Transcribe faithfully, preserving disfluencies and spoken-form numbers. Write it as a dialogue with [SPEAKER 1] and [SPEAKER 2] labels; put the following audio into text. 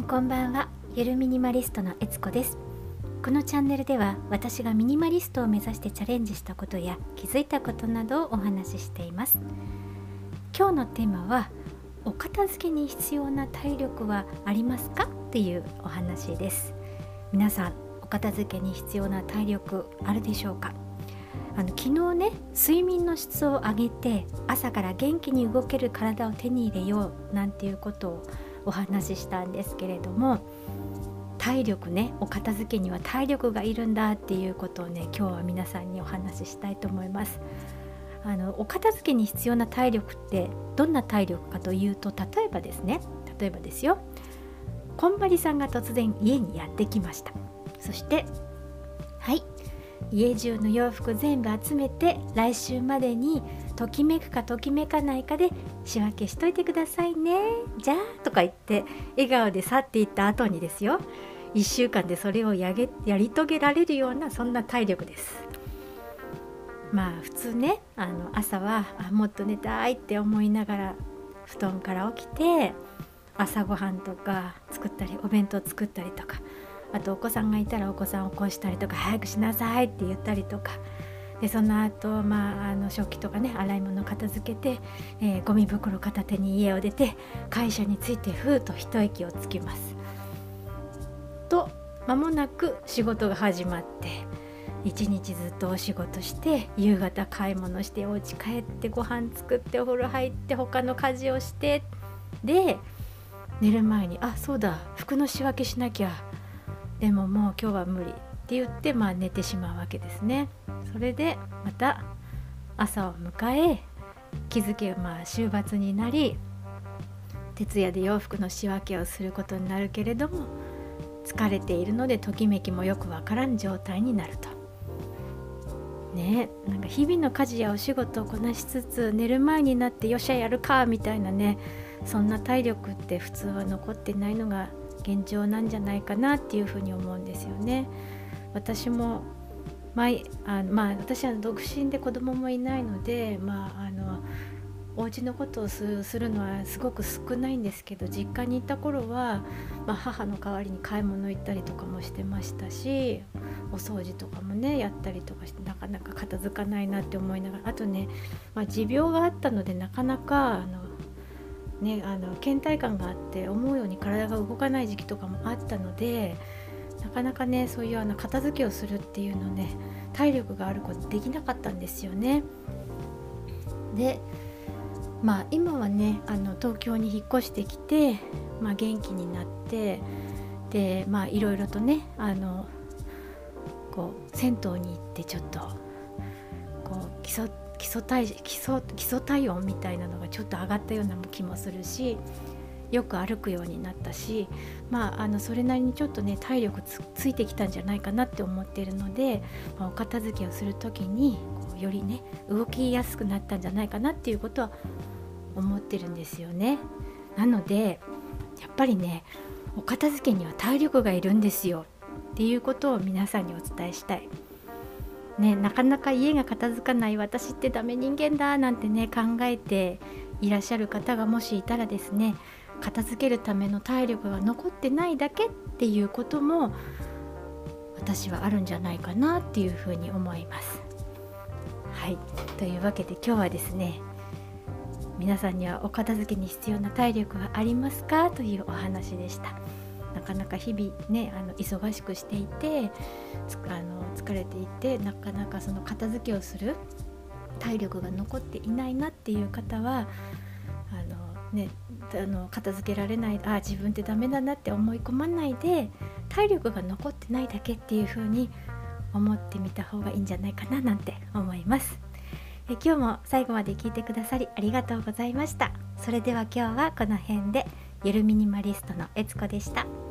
[SPEAKER 1] んこんばんは。ゆるミニマリストのえつこです。このチャンネルでは私がミニマリストを目指してチャレンジしたことや気づいたことなどをお話ししています。今日のテーマは、お片付けに必要な体力はありますかっていうお話です。皆さん、お片付けに必要な体力あるでしょうか？あの昨日ね、睡眠の質を上げて朝から元気に動ける体を手に入れようなんていうことをお話ししたんですけれども、体力ね、お片付けには体力がいるんだっていうことをね、今日は皆さんにお話ししたいと思います。あのお片付けに必要な体力ってどんな体力かというと、例えばですね例えばですよこんまりさんが突然家にやってきました。そしてはい家中の洋服全部集めて来週までにときめくかときめかないかで仕分けしといてくださいね、じゃあとか言って笑顔で去っていった後にですよ、いっしゅうかんでそれをやげやり遂げられるような、そんな体力です。まあ普通ね、あの朝はあもっと寝たいって思いながら布団から起きて朝ごはんとか作ったり、お弁当作ったりとか、あとお子さんがいたらお子さんを起こしたりとか、早くしなさいって言ったりとかで、その後、まあ、あの食器とかね、洗い物片付けて、えー、ゴミ袋片手に家を出て会社に着いてふーっと一息をつきますと、間もなく仕事が始まって、一日ずっとお仕事して、夕方買い物して、お家帰ってご飯作って、お風呂入って、他の家事をして、で寝る前にあそうだ服の仕分けしなきゃ、でももう今日は無理って言って、まあ、寝てしまうわけですね。それでまた朝を迎え、気づけばまあ週末になり、徹夜で洋服の仕分けをすることになるけれども、疲れているのでときめきもよくわからん状態になるとね。なんか日々の家事やお仕事をこなしつつ、寝る前になってよっしゃやるかみたいなね、そんな体力って普通は残ってないのが現状なんじゃないかなっていうふうに思うんですよね。私も毎あまあ私は独身で子供もいないので、まああのお家のことをすするのはすごく少ないんですけど、実家に行った頃は、まあ、母の代わりに買い物行ったりとかもしてましたし、お掃除とかもねやったりとかして、なかなか片付かないなって思いながら、あとね、まあ、持病があったのでなかなかあのね、あの倦怠感があって思うように体が動かない時期とかもあったので、なかなかねそういうあの片付けをするっていうのね、体力があることできなかったんですよね。でまあ今はね、あの東京に引っ越してきて、まあ、元気になって、でまあいろいろとね、あのこう銭湯に行ってちょっとこう基礎基礎体基礎基礎体温みたいなのがちょっと上がったような気もするし、よく歩くようになったし、まあ、あのそれなりにちょっとね体力 つ, ついてきたんじゃないかなって思っているので、まあ、お片付けをするときにこうよりね動きやすくなったんじゃないかなっていうことは思ってるんですよね。なのでやっぱりね、お片付けには体力がいるんですよっていうことを皆さんにお伝えしたいね。なかなか家が片付かない、私ってダメ人間だなんてね考えていらっしゃる方がもしいたらですね、片付けるための体力が残ってないだけっていうことも私はあるんじゃないかなっていうふうに思います。はい、というわけで今日はですね、皆さんにはお片付けに必要な体力がありますかというお話でした。なかなか日々ね、あの忙しくしていてあの疲れていて、なかなかその片付けをする体力が残っていないなっていう方は、あの、ね、あの片付けられない、あ自分ってダメだなって思い込まないで、体力が残ってないだけっていう風に思ってみた方がいいんじゃないかななんて思います。え今日も最後まで聞いてくださりありがとうございました。それでは今日はこの辺で。ゆるミニマリストのえつこでした。